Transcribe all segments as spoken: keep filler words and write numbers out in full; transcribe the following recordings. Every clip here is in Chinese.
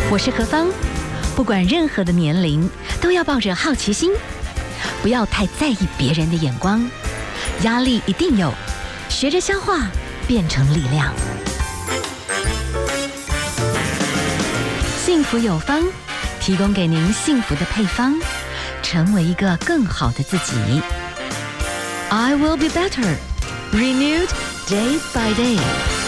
我是何芳，不管任何的年龄，都要抱着好奇心，不要太在意别人的眼光，压力一定有，学着消化，变成力量。幸福有方，提供给您幸福的配方，成为一个更好的自己。I will be better, renewed day by day。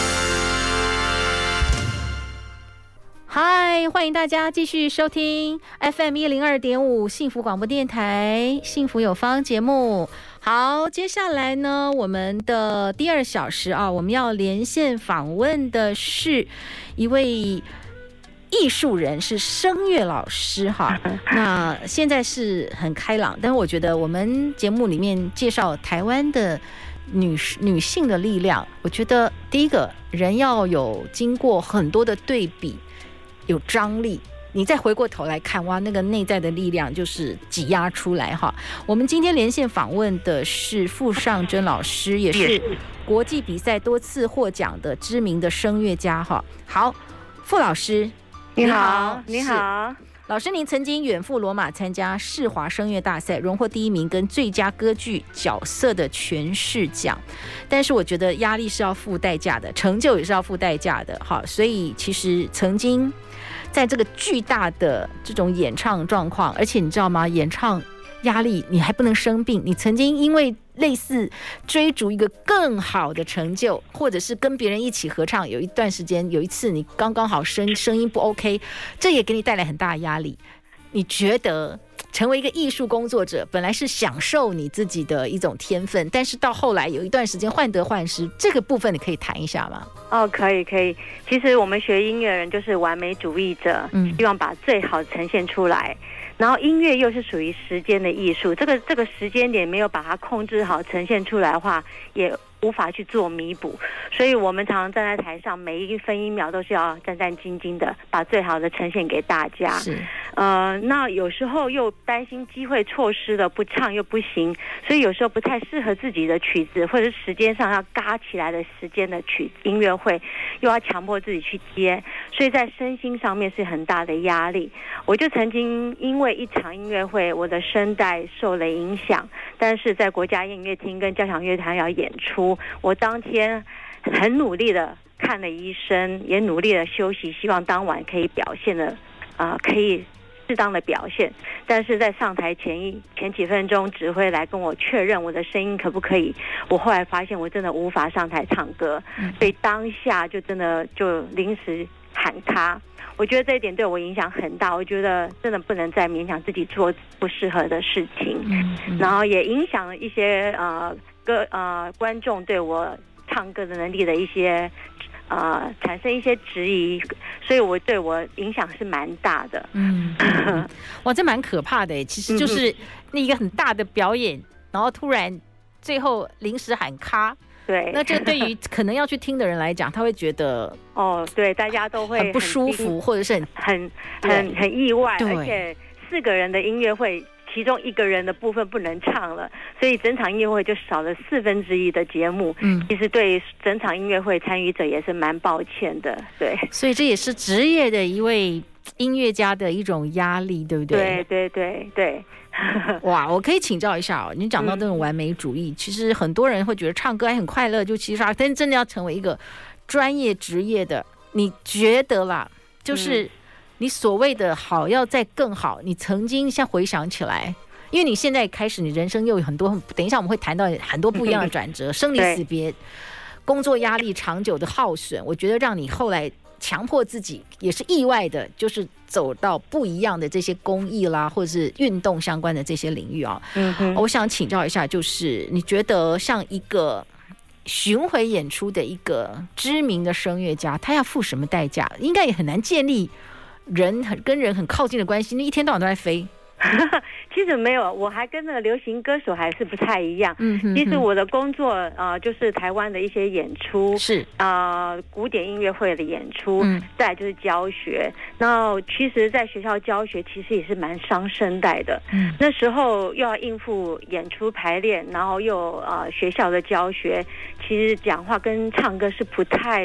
嗨，欢迎大家继续收听 F M 一零二点五幸福广播电台幸福有方节目。好，接下来呢，我们的第二小时啊，我们要连线访问的是一位艺术人，是声乐老师哈。那现在是很开朗，但是我觉得我们节目里面介绍台湾的女女性的力量，我觉得第一个人要有经过很多的对比，有张力，你再回过头来看，哇，那个内在的力量就是挤压出来哈。我们今天连线访问的是傅尚真老师，也是国际比赛多次获奖的知名的声乐家哈。好，傅老师， 你好，你好。 老师，您曾经远赴罗马参加世华声乐大赛，荣获第一名跟最佳歌剧角色的诠释奖。但是我觉得压力是要付代价的，成就也是要付代价的。好，所以其实曾经在这个巨大的这种演唱状况，而且你知道吗？演唱压力你还不能生病，你曾经因为类似追逐一个更好的成就，或者是跟别人一起合唱，有一段时间，有一次你刚刚好声声音不 OK， 这也给你带来很大的压力。你觉得成为一个艺术工作者，本来是享受你自己的一种天分，但是到后来有一段时间患得患失，这个部分你可以谈一下吗？ 哦，可以可以。其实我们学音乐人就是完美主义者，嗯，希望把最好呈现出来。然后音乐又是属于时间的艺术，这个这个时间点没有把它控制好呈现出来的话，也无法去做弥补。所以我们常常站在台上，每一分一秒都是要战战兢兢的，把最好的呈现给大家。是，呃，那有时候又担心机会错失了，不唱又不行，所以有时候不太适合自己的曲子，或者是时间上要嘎起来的时间的曲音乐会，又要强迫自己去接，所以在身心上面是很大的压力。我就曾经因为一场音乐会，我的声带受了影响，但是在国家音乐厅跟交响乐团要演出，我当天很努力的看了医生，也努力的休息，希望当晚可以表现的啊、呃，可以适当的表现。但是在上台前一前几分钟，指挥来跟我确认我的声音可不可以，我后来发现我真的无法上台唱歌，所以当下就真的就临时喊卡。我觉得这一点对我影响很大，我觉得真的不能再勉强自己做不适合的事情，嗯嗯、然后也影响了一些呃歌呃观众对我唱歌的能力的一些呃产生一些质疑，所以我对我影响是蛮大的。嗯， 哇，这蛮可怕的，其实就是那一个很大的表演，然后突然最后临时喊卡。 对， 那这对于可能要去听的人来讲，他会觉得哦，对，大家都会很不舒服，或者是很很很很意外，而且四个人的音乐会，其中一个人的部分不能唱了，所以整场音乐会就少了四分之一的节目。嗯，其实对整场音乐会参与者也是蛮抱歉的。对， 所以这也是职业的一位音乐家的一种压力，对不对？ 对对对对。 哇，我可以请教一下哦，你讲到这种完美主义，嗯、其实很多人会觉得唱歌还很快乐，就其实啊，但真的要成为一个专业职业的，你觉得啦，就是你所谓的好要再更好，你曾经现在回想起来，因为你现在开始，你人生又有很多，等一下我们会谈到很多不一样的转折，生离死别，工作压力长久的耗损，我觉得让你后来强迫自己也是意外的，就是走到不一样的这些公益啦，或者是运动相关的这些领域啊。嗯嗯，我想请教一下，就是你觉得像一个巡回演出的一个知名的声乐家，他要付什么代价？应该也很难建立人很跟人很靠近的关系，那一天到晚都在飞。 其实没有，我还跟那个流行歌手还是不太一样。嗯哼哼，其实我的工作呃就是台湾的一些演出，是呃古典音乐会的演出，嗯，再来就是教学。那其实在学校教学其实也是蛮伤声带的。嗯，那时候又要应付演出排练，然后又呃学校的教学，其实讲话跟唱歌是不太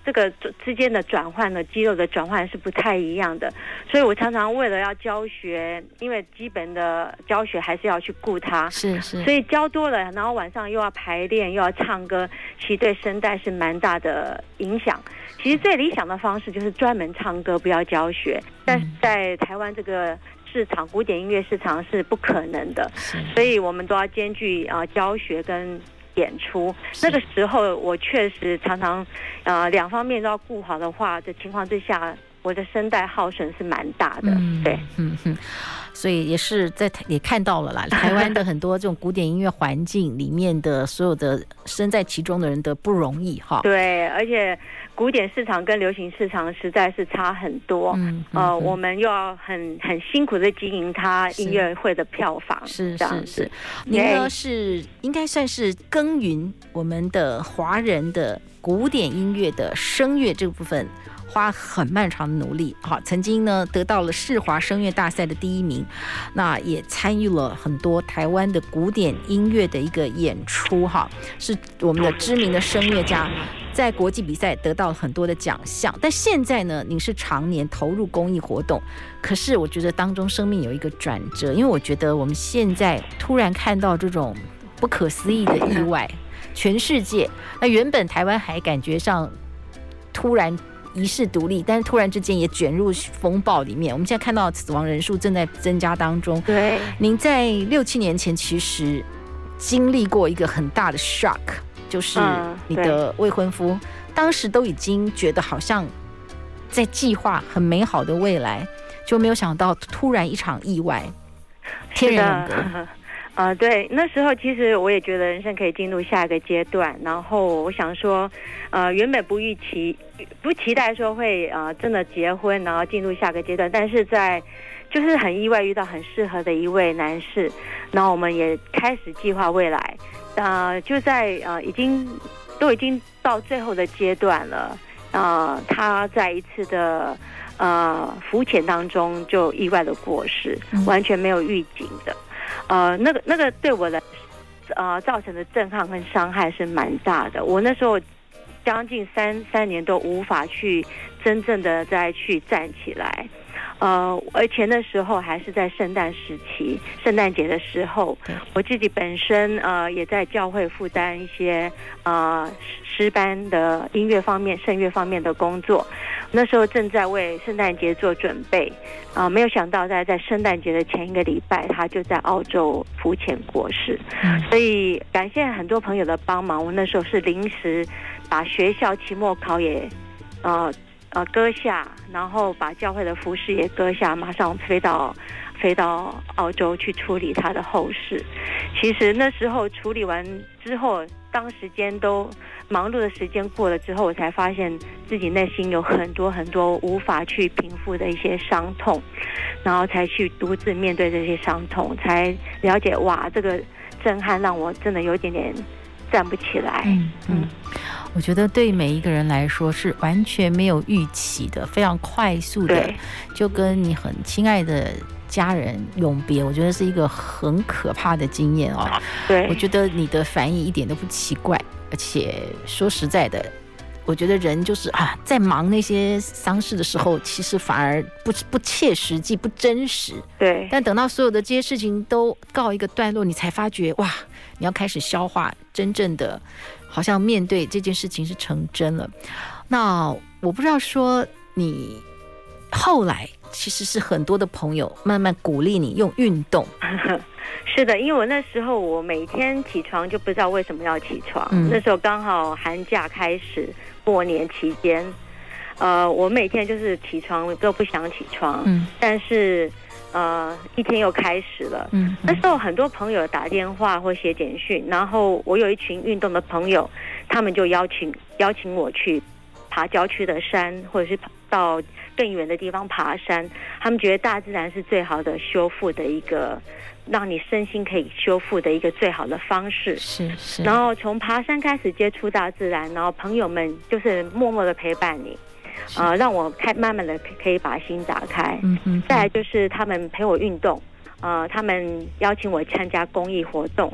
这个之间的转换呢，肌肉的转换是不太一样的，所以我常常为了要教学，因为基本的教学还是要去顾它， 是是， 所以教多了，然后晚上又要排练又要唱歌，其实对声带是蛮大的影响。其实最理想的方式就是专门唱歌，不要教学，但是在台湾这个市场，古典音乐市场是不可能的，所以我们都要兼具啊、呃、教学跟演出。那个时候我确实常常呃两方面都要顾好的话的情况之下，我的声带耗损是蛮大的。嗯、对， 嗯哼，所以也是在也看到了啦，台湾的很多这种古典音乐环境里面的所有的身在其中的人的不容易哈。 对，而且古典市场跟流行市场实在是差很多。嗯，嗯呃，我们又要很很辛苦的经营它音乐会的票房， 是是是。您呢是应该算是耕耘我们的华人的古典音乐的声乐这个部分。花很漫长的努力，好，曾经呢得到了世华声乐大赛的第一名，那也参与了很多台湾的古典音乐的一个演出，哈，是我们的知名的声乐家，在国际比赛得到了很多的奖项。但现在呢，您是常年投入公益活动，可是我觉得当中生命有一个转折，因为我觉得我们现在突然看到这种不可思议的意外，全世界，那原本台湾还感觉上突然遗世独立，但是突然之间也卷入风暴里面。我们现在看到死亡人数正在增加当中。 对， 您在六七年前其实经历过一个很大的 shock， 就是你的未婚夫、嗯、当时都已经觉得好像在计划很美好的未来，就没有想到突然一场意外，天人永隔。 啊、呃，对，那时候其实我也觉得人生可以进入下一个阶段，然后我想说，呃，原本不预期、不期待说会呃真的结婚，然后进入下个阶段，但是在就是很意外遇到很适合的一位男士，然后我们也开始计划未来，呃，就在呃已经都已经到最后的阶段了，呃，他在一次的呃浮潜当中就意外的过世，完全没有预警的。呃，那个那个对我的呃造成的震撼跟伤害是蛮大的。我那时候将近三三年都无法去真正的再去站起来，呃，而且那时候还是在圣诞时期，圣诞节的时候，我自己本身呃也在教会负担一些呃诗班的音乐方面、圣乐方面的工作。那时候正在为圣诞节做准备，啊、呃，没有想到在在圣诞节的前一个礼拜，他就在澳洲浮潜过世。嗯、所以感谢很多朋友的帮忙，我那时候是临时把学校期末考也，呃呃搁下，然后把教会的服饰也搁下，马上飞到飞到澳洲去处理他的后事。其实那时候处理完之后，当时间都忙碌的时间过了之后，我才发现自己内心有很多很多无法去平复的一些伤痛，然后才去独自面对这些伤痛，才了解哇，这个震撼让我真的有一点点站不起来。嗯嗯， 我觉得对每一个人来说是完全没有预期的，非常快速的，就跟你很亲爱的家人永别，我觉得是一个很可怕的经验哦。 对， 我觉得你的反应一点都不奇怪，而且说实在的，我觉得人就是啊，在忙那些丧事的时候，其实反而不不切实际、不真实。 对。 但等到所有的这些事情都告一个段落，你才发觉哇，你要开始消化，真正的好像面对这件事情是成真了。那我不知道说你后来其实是很多的朋友慢慢鼓励你用运动。 是的，因为我那时候我每天起床就不知道为什么要起床，嗯、那时候刚好寒假开始，过年期间，呃，我每天就是起床都不想起床，嗯、但是呃一天又开始了。嗯，那时候很多朋友打电话或写简讯，然后我有一群运动的朋友，他们就邀请邀请我去爬郊区的山，或者是到更远的地方爬山。他们觉得大自然是最好的修复的一个，让你身心可以修复的一个最好的方式。 是是。 然后从爬山开始接触大自然，然后朋友们就是默默的陪伴你，呃，让我开慢慢的可以把心打开。嗯嗯。再来就是他们陪我运动，呃，他们邀请我参加公益活动。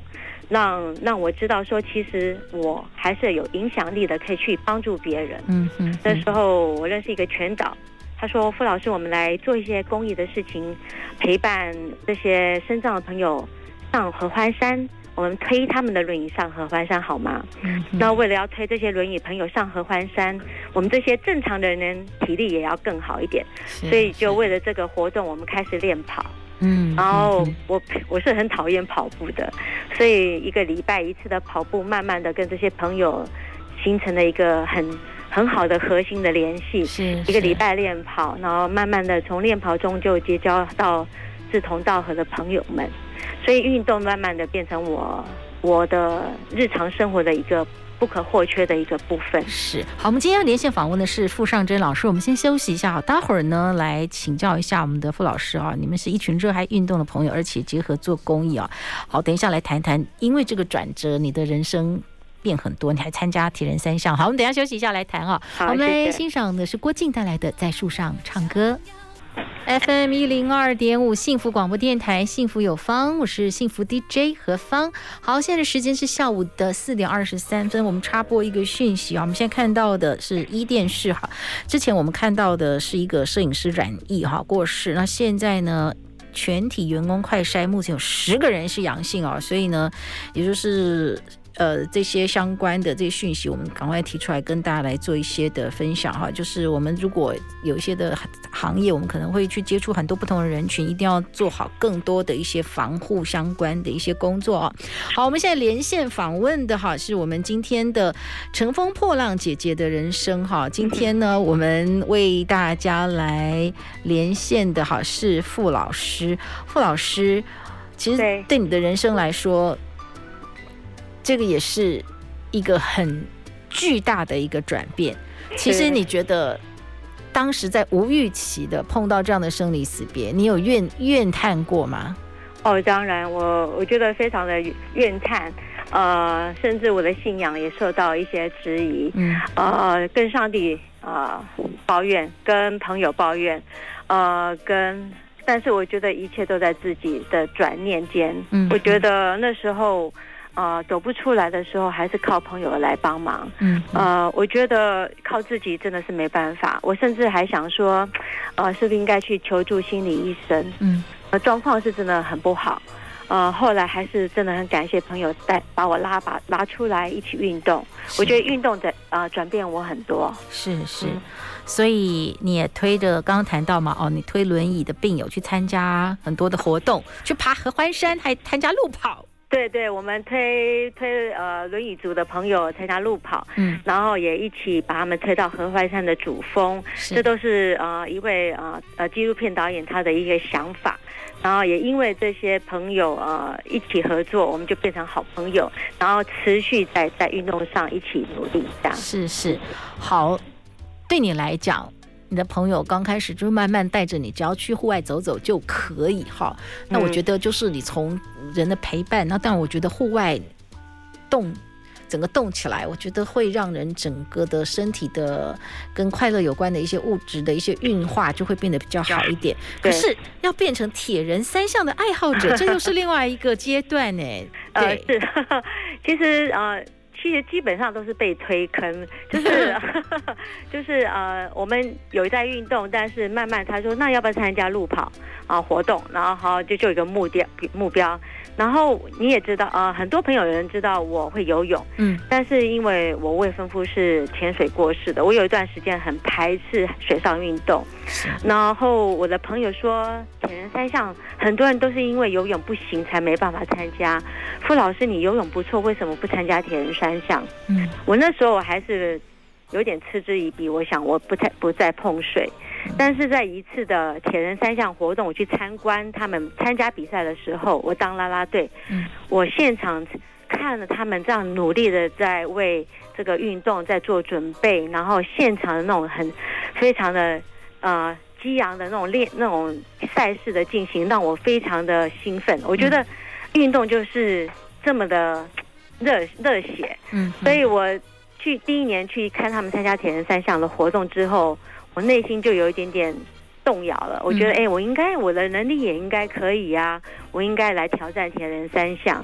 让让我知道说，其实我还是有影响力的，可以去帮助别人。 嗯嗯。 那时候我认识一个全导，他说：“傅老师，我们来做一些公益的事情，陪伴这些身障的朋友上合欢山。我们推他们的轮椅上合欢山好吗？”嗯。那为了要推这些轮椅朋友上合欢山，我们这些正常的人体力也要更好一点，所以就为了这个活动，我们开始练跑。嗯，然后我我是很讨厌跑步的，所以一个礼拜一次的跑步，慢慢的跟这些朋友形成了一个很很好的核心的联系。是一个礼拜练跑，然后慢慢的从练跑中就结交到志同道合的朋友们，所以运动慢慢的变成我我的日常生活的一个不可或缺的一个部分。 是。好，我们今天要连线访问的是傅尚真老师，我们先休息一下，好，待会儿呢来请教一下我们的傅老师啊，你们是一群热爱运动的朋友，而且结合做公益啊。好，等一下来谈谈，因为这个转折，你的人生变很多，你还参加铁人三项。好，我们等一下休息一下来谈啊。 好， 我们来欣赏的是郭靖带来的《在树上唱歌》。F M 一零二点五幸福广播电台，幸福有方，我是幸福 D J 何芳。好，现在的时间是下午的四点二十三分，我们插播一个讯息啊，我们现在看到的是伊电视哈，之前我们看到的是一个摄影师染疫哈过世，那现在呢？全体员工快筛目前有十个人是阳性哦，所以呢，也就是呃这些相关的这些讯息，我们赶快提出来跟大家来做一些的分享哈。就是我们如果有一些的行业，我们可能会去接触很多不同的人群，一定要做好更多的一些防护相关的一些工作哦。好，我们现在连线访问的哈是我们今天的乘风破浪姐姐的人生哈。今天呢，我们为大家来连线的哈是傅老师。傅老师，其实对你的人生来说，这个也是一个很巨大的一个转变。其实你觉得当时在无预期的碰到这样的生离死别，你有怨怨叹过吗？ 哦，当然，我我觉得非常的怨叹，呃，甚至我的信仰也受到一些质疑，嗯，呃，跟上帝啊、呃、抱怨，跟朋友抱怨，呃，跟。但是我觉得一切都在自己的转念间。嗯，我觉得那时候，呃，走不出来的时候，还是靠朋友来帮忙。嗯，呃，我觉得靠自己真的是没办法。我甚至还想说，呃，是不是应该去求助心理医生？嗯，呃，状况是真的很不好。呃，后来还是真的很感谢朋友带把我拉把拉出来一起运动。我觉得运动的啊、呃、转变我很多。 是是、嗯，所以你也推着刚刚谈到嘛，哦，你推轮椅的病友去参加很多的活动，去爬合欢山，还参加路跑。 对对，我们推推呃轮椅族的朋友参加路跑，嗯，然后也一起把他们推到合欢山的主峰，这都是呃一位呃呃纪录片导演他的一个想法。然后也因为这些朋友呃一起合作，我们就变成好朋友，然后持续在在运动上一起努力这样。 是是，好，对你来讲。你的朋友刚开始就慢慢带着你，只要去户外走走就可以哈。那我觉得就是你从人的陪伴，那当然我觉得户外动整个动起来，我觉得会让人整个的身体的跟快乐有关的一些物质的一些运化就会变得比较好一点。可是要变成铁人三项的爱好者，这又是另外一个阶段呢。对， 呃、是，其实呃。其实基本上都是被推坑，就是就是呃，我们有在运动，但是慢慢他说那要不要参加路跑啊活动，然后好就就有一个目标目标，然后你也知道呃，很多朋友有人知道我会游泳，嗯，但是因为我未婚夫是潜水过世的，我有一段时间很排斥水上运动，然后我的朋友说铁人三项很多人都是因为游泳不行才没办法参加，傅老师你游泳不错，为什么不参加铁人三项？嗯，我那时候我还是有点嗤之以鼻，我想我不再不再碰水。但是在一次的铁人三项活动，我去参观他们参加比赛的时候，我当啦啦队，嗯，我现场看了他们这样努力的在为这个运动在做准备，然后现场的那种很非常的呃激昂的那种练那种赛事的进行，让我非常的兴奋。我觉得运动就是这么的热热血，嗯，所以我去第一年去看他们参加铁人三项的活动之后，我内心就有一点点动摇了。我觉得，哎、嗯欸，我应该我的能力也应该可以啊，我应该来挑战铁人三项。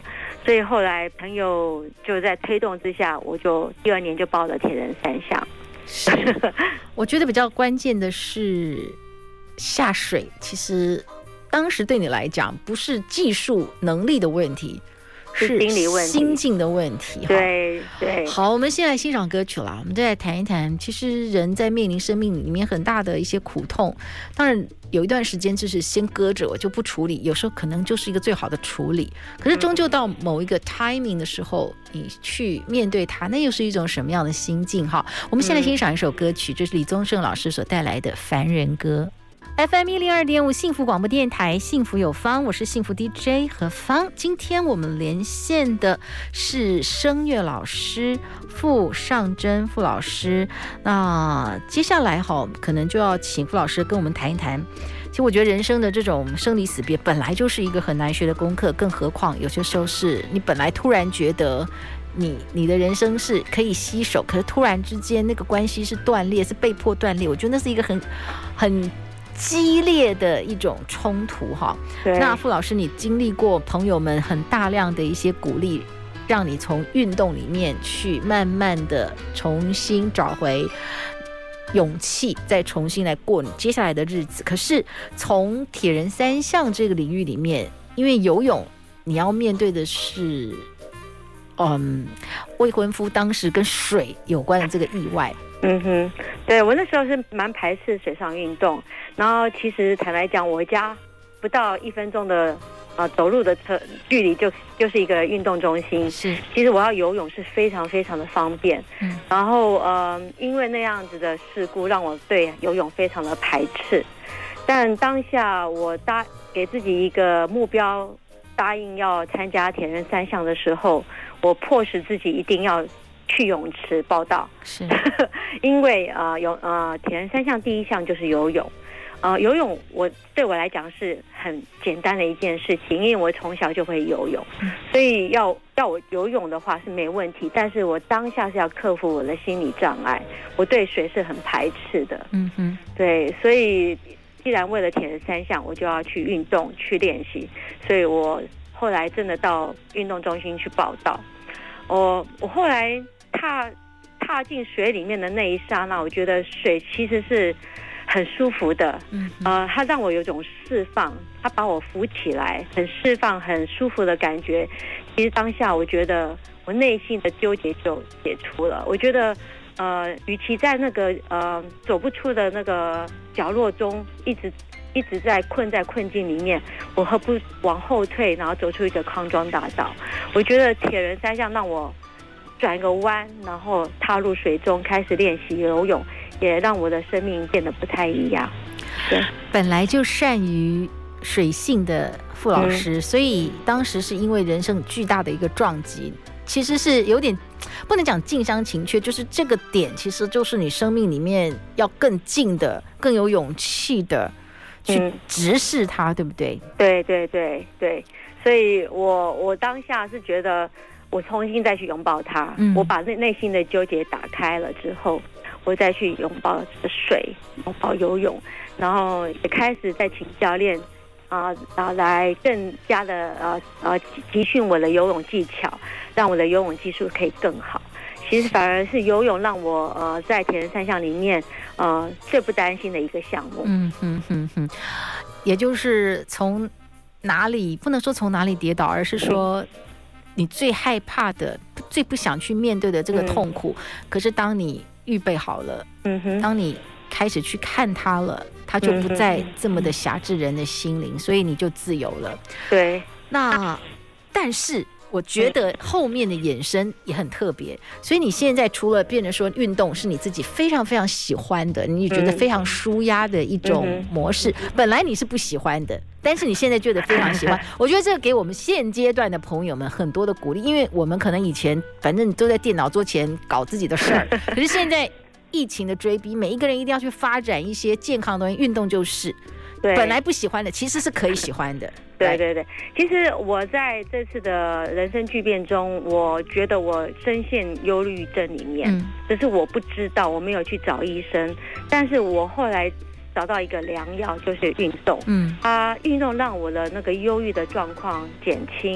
所以后来朋友就在推动之下，我就第二年就报了铁人三项。 是，我觉得比较关键的是下水，其实当时对你来讲不是技术能力的问题， 是心理问题、 心境的问题。 对对。 好，我们先来欣赏歌曲啦。我们再来谈一谈，其实人在面临生命里面很大的一些苦痛，当然有一段时间就是先搁着，我就不处理，有时候可能就是一个最好的处理。可是终究到某一个 timing 的时候，你去面对它，那又是一种什么样的心境？哈，我们先来欣赏一首歌曲，这是李宗盛老师所带来的《凡人歌》。F M 一零二点五幸福广播电台，幸福有方，我是幸福 D J 何芳。今天我们连线的是声乐老师傅尚真傅老师。那接下来哈，可能就要请傅老师跟我们谈一谈。其实我觉得人生的这种生离死别本来就是一个很难学的功课，更何况有些时候是你本来突然觉得你你的人生是可以携手，可是突然之间那个关系是断裂，是被迫断裂。我觉得那是一个很很激烈的一种冲突哈。那傅老师，你经历过朋友们很大量的一些鼓励，让你从运动里面去慢慢的重新找回勇气，再重新来过你接下来的日子。可是从铁人三项这个领域里面，因为游泳你要面对的是嗯未婚夫当时跟水有关的这个意外。 嗯哼，对，我那时候是蛮排斥水上运动，然后其实坦白讲，我家不到一分钟的呃走路的车距离就就是一个运动中心。 是， 其实我要游泳是非常非常的方便。嗯，然后呃，因为那样子的事故，让我对游泳非常的排斥。但当下我答给自己一个目标，答应要参加铁人三项的时候，我迫使自己一定要去泳池报道。 是因为呃游呃铁人三项第一项就是游泳。呃，游泳我对我来讲是很简单的一件事情，因为我从小就会游泳，所以要要我游泳的话是没问题。但是我当下是要克服我的心理障碍，我对水是很排斥的。嗯哼，对，所以既然为了铁人三项，我就要去运动去练习，所以我后来真的到运动中心去报道。我我后来踏踏进水里面的那一刹那，我觉得水其实是很舒服的，呃，它让我有种释放，它把我扶起来，很释放、很舒服的感觉。其实当下我觉得我内心的纠结就解除了。我觉得，呃，与其在那个呃走不出的那个角落中一直一直在困在困境里面，我何不往后退，然后走出一个康庄大道？我觉得铁人三项让我转个弯，然后踏入水中开始练习游泳，也让我的生命变得不太一样。对， 本来就善于水性的傅老师、嗯、所以当时是因为人生巨大的一个撞击，其实是有点不能讲近乡情怯，就是这个点其实就是你生命里面要更近的更有勇气的去直视它、嗯、对不对？ 对对对对，所以我我当下是觉得我重新再去拥抱它、嗯、我把内内心的纠结打开了之后，我再去拥抱水，拥抱游泳，然后也开始再请教练啊、呃，来更加的呃呃集训我的游泳技巧，让我的游泳技术可以更好。其实反而是游泳让我呃在铁人三项里面呃最不担心的一个项目。 嗯哼哼哼，也就是从哪里不能说从哪里跌倒，而是说你最害怕的、最不想去面对的这个痛苦，嗯、可是当你预备好了，嗯哼，当你开始去看它了，它就不再这么的辖制人的心灵，嗯、所以你就自由了。 对， 那但是我觉得后面的衍生也很特别，所以你现在除了变成说运动是你自己非常非常喜欢的，你觉得非常舒压的一种模式，嗯、本来你是不喜欢的，但是你现在觉得非常喜欢。我觉得这个给我们现阶段的朋友们很多的鼓励，因为我们可能以前反正都在电脑桌前搞自己的事儿，可是现在疫情的追逼，每一个人一定要去发展一些健康的东西，运动就是对本来不喜欢的其实是可以喜欢的。 对对对，其实我在这次的人生巨变中，我觉得我深陷忧郁症里面，嗯、只是我不知道，我没有去找医生，但是我后来找到一个良药，就是运动。嗯，它运动让我的那个忧郁的状况减轻，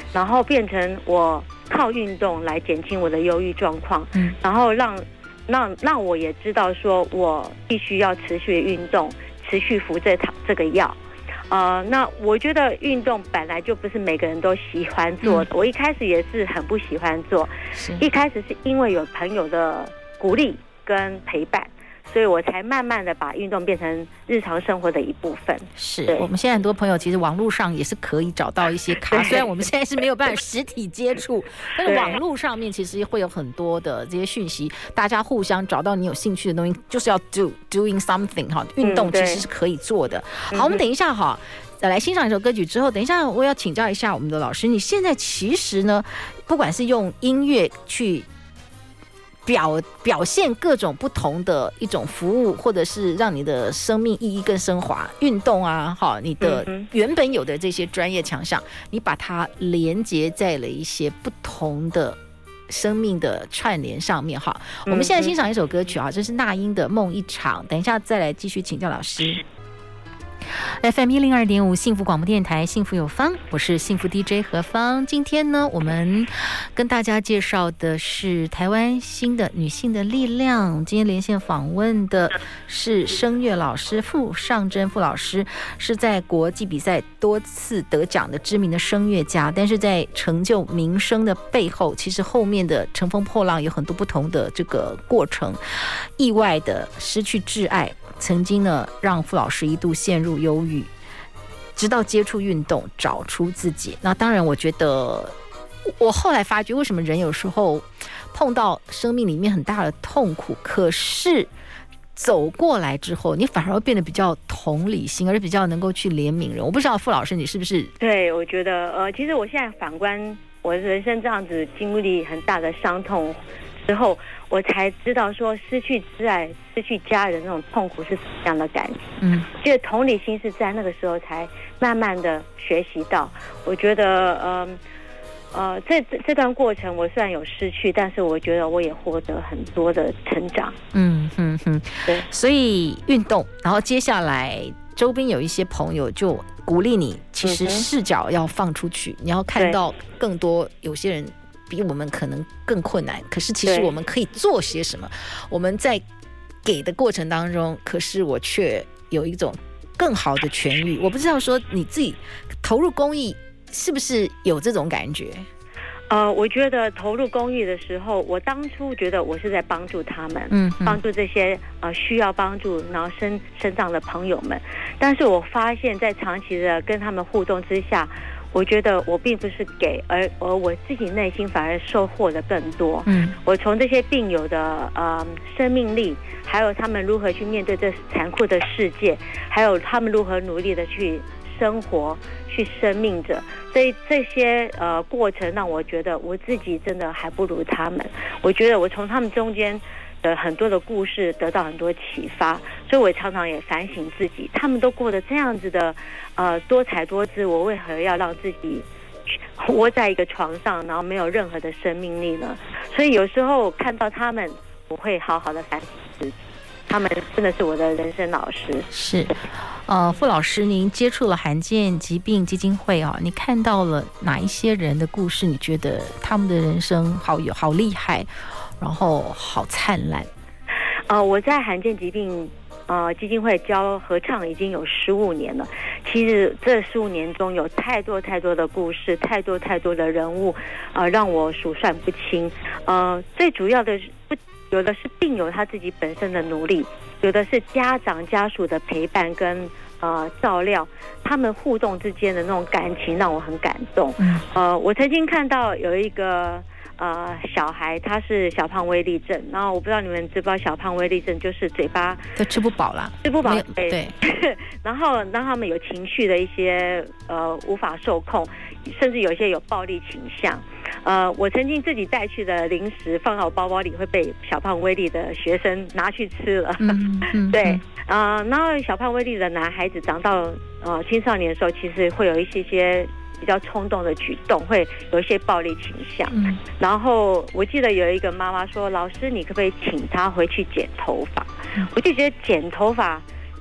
然后变成我靠运动来减轻我的忧郁状况，嗯，然后让让让我也知道说我必须要持续运动，持续服这套这个药。呃，那我觉得运动本来就不是每个人都喜欢做的，嗯、我一开始也是很不喜欢做，一开始是因为有朋友的鼓励跟陪伴，所以我才慢慢的把运动变成日常生活的一部分。 是我们现在很多朋友其实网络上也是可以找到一些卡，虽然我们现在是没有办法实体接触，但是网络上面其实会有很多的这些讯息，大家互相找到你有兴趣的东西，就是要 do doing something 哈，运动其实是可以做的。嗯、好，我们等一下哈。来欣赏一首歌曲之后，等一下我要请教一下我们的老师，你现在其实呢，不管是用音乐去表表现各种不同的一种服务，或者是让你的生命意义更升华，运动啊，好，你的原本有的这些专业强项，你把它连接在了一些不同的生命的串联上面哈。我们现在欣赏一首歌曲啊，这是那英的《梦一场》，等一下再来继续请教老师。F M 一零二点五幸福广播电台，幸福有方，我是幸福 D J 何芳。今天呢，我们跟大家介绍的是台湾新的女性的力量。今天连线访问的是声乐老师傅尚真傅老师，是在国际比赛多次得奖的知名的声乐家，但是在成就名声的背后，其实后面的乘风破浪有很多不同的这个过程，意外的失去挚爱。曾经呢，让傅老师一度陷入忧郁，直到接触运动，找出自己。那当然，我觉得我后来发觉，为什么人有时候碰到生命里面很大的痛苦，可是走过来之后，你反而会变得比较同理心，而且比较能够去怜悯人。我不知道傅老师你是不是？ 对，我觉得呃，其实我现在反观我的人生这样子经历很大的伤痛之后，我才知道说失去挚爱、失去家人那种痛苦是什么样的感觉。嗯，觉得同理心是在那个时候才慢慢的学习到。我觉得，呃，呃，这这段过程我虽然有失去，但是我觉得我也获得很多的成长。嗯哼哼，对，所以运动，然后接下来周边有一些朋友就鼓励你，其实视角要放出去，你要看到更多，有些人比我们可能更困难，可是其实我们可以做些什么？我们在给的过程当中，可是我却有一种更好的痊愈。我不知道说你自己投入公益是不是有这种感觉？ 呃，我觉得投入公益的时候，我当初觉得我是在帮助他们，嗯，帮助这些呃需要帮助然后生生长的朋友们。但是我发现，在长期的跟他们互动之下，我觉得我并不是给，而而我自己内心反而收获的更多。嗯，我从这些病友的呃生命力，还有他们如何去面对这残酷的世界，还有他们如何努力的去生活、去生命着，这这些呃过程让我觉得我自己真的还不如他们。我觉得我从他们中间的很多的故事得到很多启发，所以我常常也反省自己，他们都过得这样子的呃多彩多姿，我为何要让自己窝在一个床上，然后没有任何的生命力呢？所以有时候看到他们，我会好好的反省自己，他们真的是我的人生老师。 是，呃，傅老师，您接触了罕见疾病基金会啊，你看到了哪一些人的故事？你觉得他们的人生好有好厉害？然后好灿烂。 呃，我在罕见疾病呃基金会教合唱已经有十五年了。其实这十五年中有太多太多的故事，太多太多的人物，呃，让我数算不清。呃，最主要的是不，有的是病友他自己本身的努力，有的是家长家属的陪伴跟呃照料，他们互动之间的那种感情让我很感动。呃，我曾经看到有一个。呃，小孩他是小胖威力症，然后我不知道你们知不知道小胖威力症就是嘴巴就吃不饱啦， 吃不饱， 对，对然后让他们有情绪的一些呃无法受控，甚至有些有暴力倾向。呃，我曾经自己带去的零食放到我包包里，会被小胖威力的学生拿去吃了。嗯嗯、对，呃，然后小胖威力的男孩子长到呃青少年的时候，其实会有一些些。比较冲动的举动，会有一些暴力倾向。嗯，然后我记得有一个妈妈说：“老师，你可不可以请他回去剪头发？”嗯，我就觉得剪头发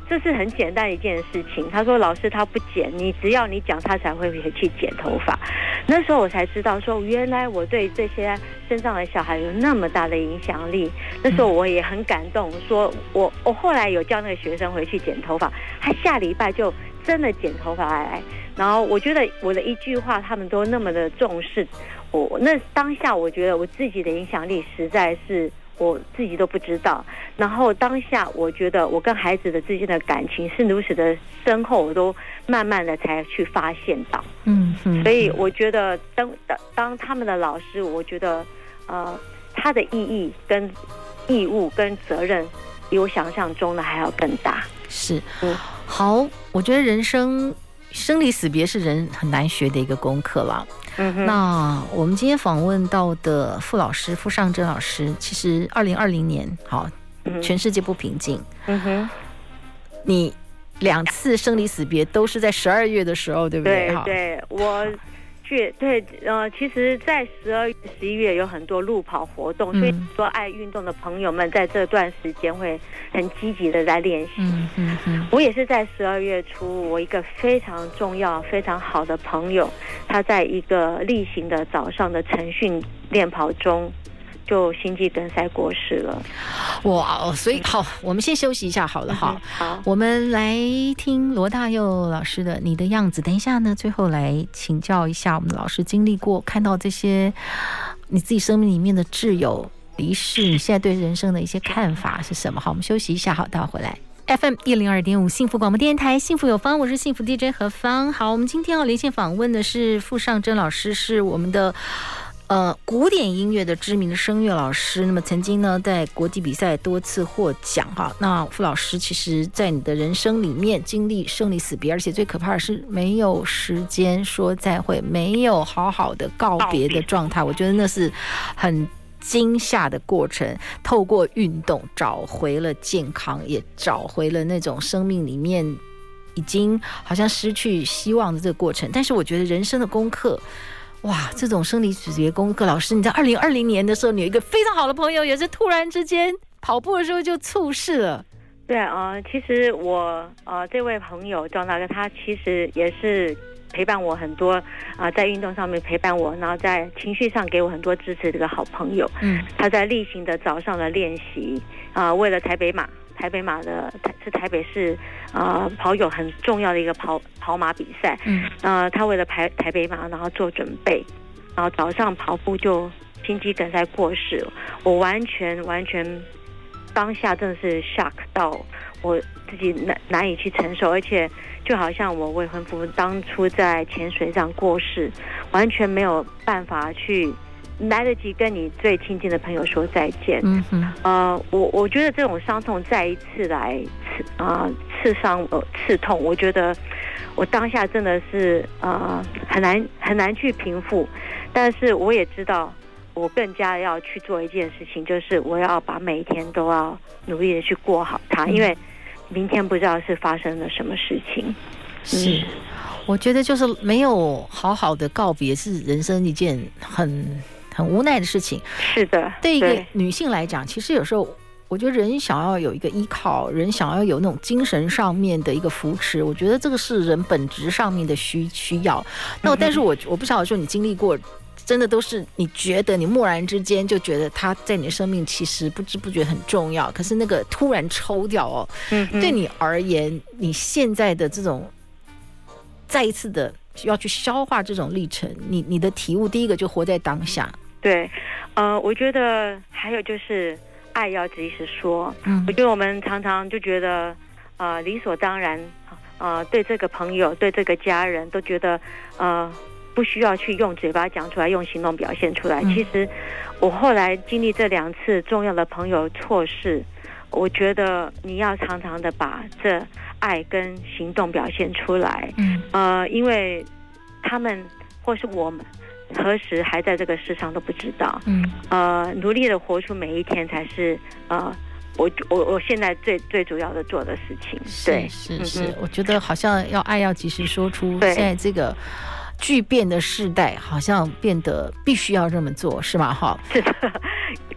这是很简单一件事情。他说老师他不剪，你只要你讲他才会去剪头发。那时候我才知道说原来我对这些身上的小孩有那么大的影响力。那时候我也很感动，说我我后来有叫那个学生回去剪头发，他下礼拜就真的剪头发来。然后我觉得我的一句话他们都那么的重视我，那当下我觉得我自己的影响力实在是我自己都不知道。然后当下我觉得我跟孩子的之间的感情是如此的深厚，我都慢慢的才去发现到。嗯嗯，所以我觉得当当他们的老师，我觉得呃他的意义跟义务跟责任比我想象中的还要更大。 是，嗯，好，我觉得人生生离死别是人很难学的一个功课了。嗯、那我们今天访问到的傅老师傅尚真老师，其实二零二零年好，全世界不平静。嗯哼，你两次生离死别都是在十二月的时候，对不对？ 对对，我去对呃，其实，在十二月、十一月有很多路跑活动，所以说爱运动的朋友们在这段时间会很积极的在练习。嗯嗯嗯。我也是在十二月初，我一个非常重要、非常好的朋友，他在一个例行的早上的晨训练跑中，就心肌梗塞过世了。 哇，所以好，我们先休息一下好了哈、嗯。 好， 我们来听罗大佑老师的《你的样子》。等一下呢，最后来请教一下我们的老师，经历过看到这些你自己生命里面的挚友离世，你现在对人生的一些看法是什么？好，我们休息一下，好，待会回来。F M 一零二点五幸福广播电台，幸福有方，我是幸福 D J 何芳。好，我们今天要连线访问的是傅尚真老师，是我们的。呃，古典音乐的知名的声乐老师，那么曾经呢在国际比赛多次获奖哈。那傅老师其实在你的人生里面经历生离死别，而且最可怕的是没有时间说再会，没有好好的告别的状态，我觉得那是很惊吓的过程。透过运动找回了健康，也找回了那种生命里面已经好像失去希望的这个过程。但是我觉得人生的功课，哇，这种生离死别功课，老师你在二零二零年的时候，你有一个非常好的朋友，也是突然之间跑步的时候就猝逝了。 对啊、呃，其实我呃这位朋友庄大哥，他其实也是陪伴我很多啊、呃，在运动上面陪伴我，然后在情绪上给我很多支持的一个好朋友。嗯，他在例行的早上的练习啊、呃，为了台北马。台北马的是台北市呃跑友很重要的一个跑跑马比赛，嗯，呃，他为了排台北马，然后做准备，然后早上跑步就心肌梗塞过世了。我完全完全当下真的是 shock 到我自己难难以去承受，而且就好像我未婚夫当初在潜水上过世，完全没有办法去。来得及跟你最亲近的朋友说再见。嗯哼，呃，我我觉得这种伤痛再一次来刺啊、呃、刺伤呃刺痛，我觉得我当下真的是呃很难很难去平复，但是我也知道我更加要去做一件事情，就是我要把每一天都要努力的去过好它，因为明天不知道是发生了什么事情。 是、嗯，我觉得就是没有好好的告别是人生一件很。很无奈的事情。 是的， 对一个女性来讲，其实有时候我觉得人想要有一个依靠，人想要有那种精神上面的一个扶持，我觉得这个是人本质上面的需需要。那但是我我不晓得说你经历过，真的都是你觉得你蓦然之间就觉得他在你的生命其实不知不觉很重要，可是那个突然抽掉哦，嗯，对你而言，你现在的这种再一次的要去消化这种历程，你你的体悟，第一个就活在当下。 对，呃，我觉得还有就是爱要及时说。嗯，我觉得我们常常就觉得，呃，理所当然，呃，对这个朋友、对这个家人都觉得，呃，不需要去用嘴巴讲出来，用行动表现出来。嗯、其实，我后来经历这两次重要的朋友错事，我觉得你要常常的把这爱跟行动表现出来。嗯，呃，因为他们或是我们。何时还在这个世上都不知道，嗯，呃，努力的活出每一天才是呃，我我我现在最最主要的做的事情。对， 是是、嗯，我觉得好像要爱要及时说出，现在这个巨变的世代，好像变得必须要这么做，是吗？哈， 是的。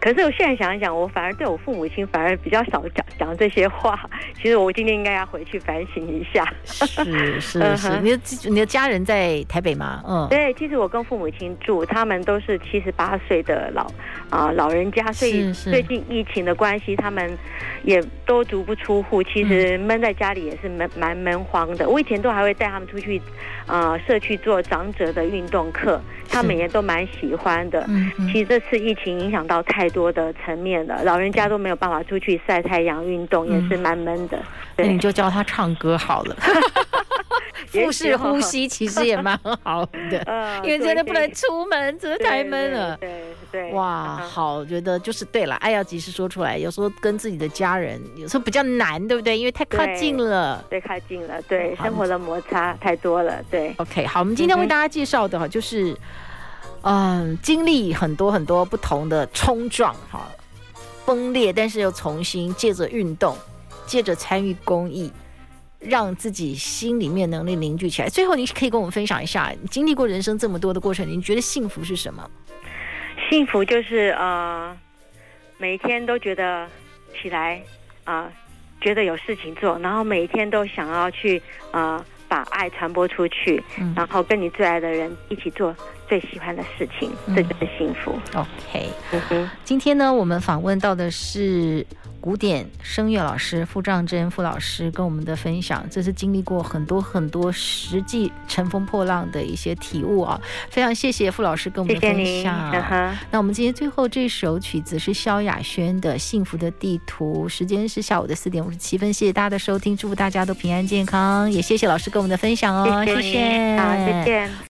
可是我现在想一想，我反而对我父母亲反而比较少讲讲这些话。其实我今天应该要回去反省一下。 是是是，你的你的家人在台北吗？嗯， 对，其实我跟父母亲住，他们都是七十八岁的老啊、呃、老人家，所以最近疫情的关系，他们也都足不出户，其实闷在家里也是蛮蛮闷慌的。我以前都还会带他们出去，呃，社区做长者的运动课，他们也都蛮喜欢的。嗯，其实这次疫情影响到太多的层面了，老人家都没有办法出去晒太阳运动，也是蛮闷的。 那你就教他唱歌好了。腹式呼吸其实也蛮好的，呃、因为真的不能出门，真的太闷了。 对 对, 对， 哇，好，我觉得就是对了，爱要及时说出来。有时候跟自己的家人，有时候比较难，对不对？因为太靠近了， 对，靠近了，对，生活的摩擦太多了，对。 OK， 好，我们今天为大家介绍的哈，就是，嗯，经历很多很多不同的冲撞，哈，崩裂，但是又重新借着运动，借着参与公益。让自己心里面能力凝聚起来。最后，你可以跟我们分享一下，你经历过人生这么多的过程，你觉得幸福是什么？ 幸福就是呃，每天都觉得起来啊、呃，觉得有事情做，然后每天都想要去呃把爱传播出去，嗯、然后跟你最爱的人一起做最喜欢的事情，嗯、这就是幸福。 OK，嗯、今天呢，我们访问到的是古典声乐老师傅杖珍傅老师跟我们的分享，这是经历过很多很多实际乘风破浪的一些体悟啊！非常谢谢傅老师跟我们的分享。 谢谢您。 那我们今天最后这首曲子是萧亚轩的《幸福的地图》，时间是下午的四点五十七分。谢谢大家的收听，祝福大家都平安健康，也谢谢老师跟我们的分享哦，谢谢， 谢谢好，再见。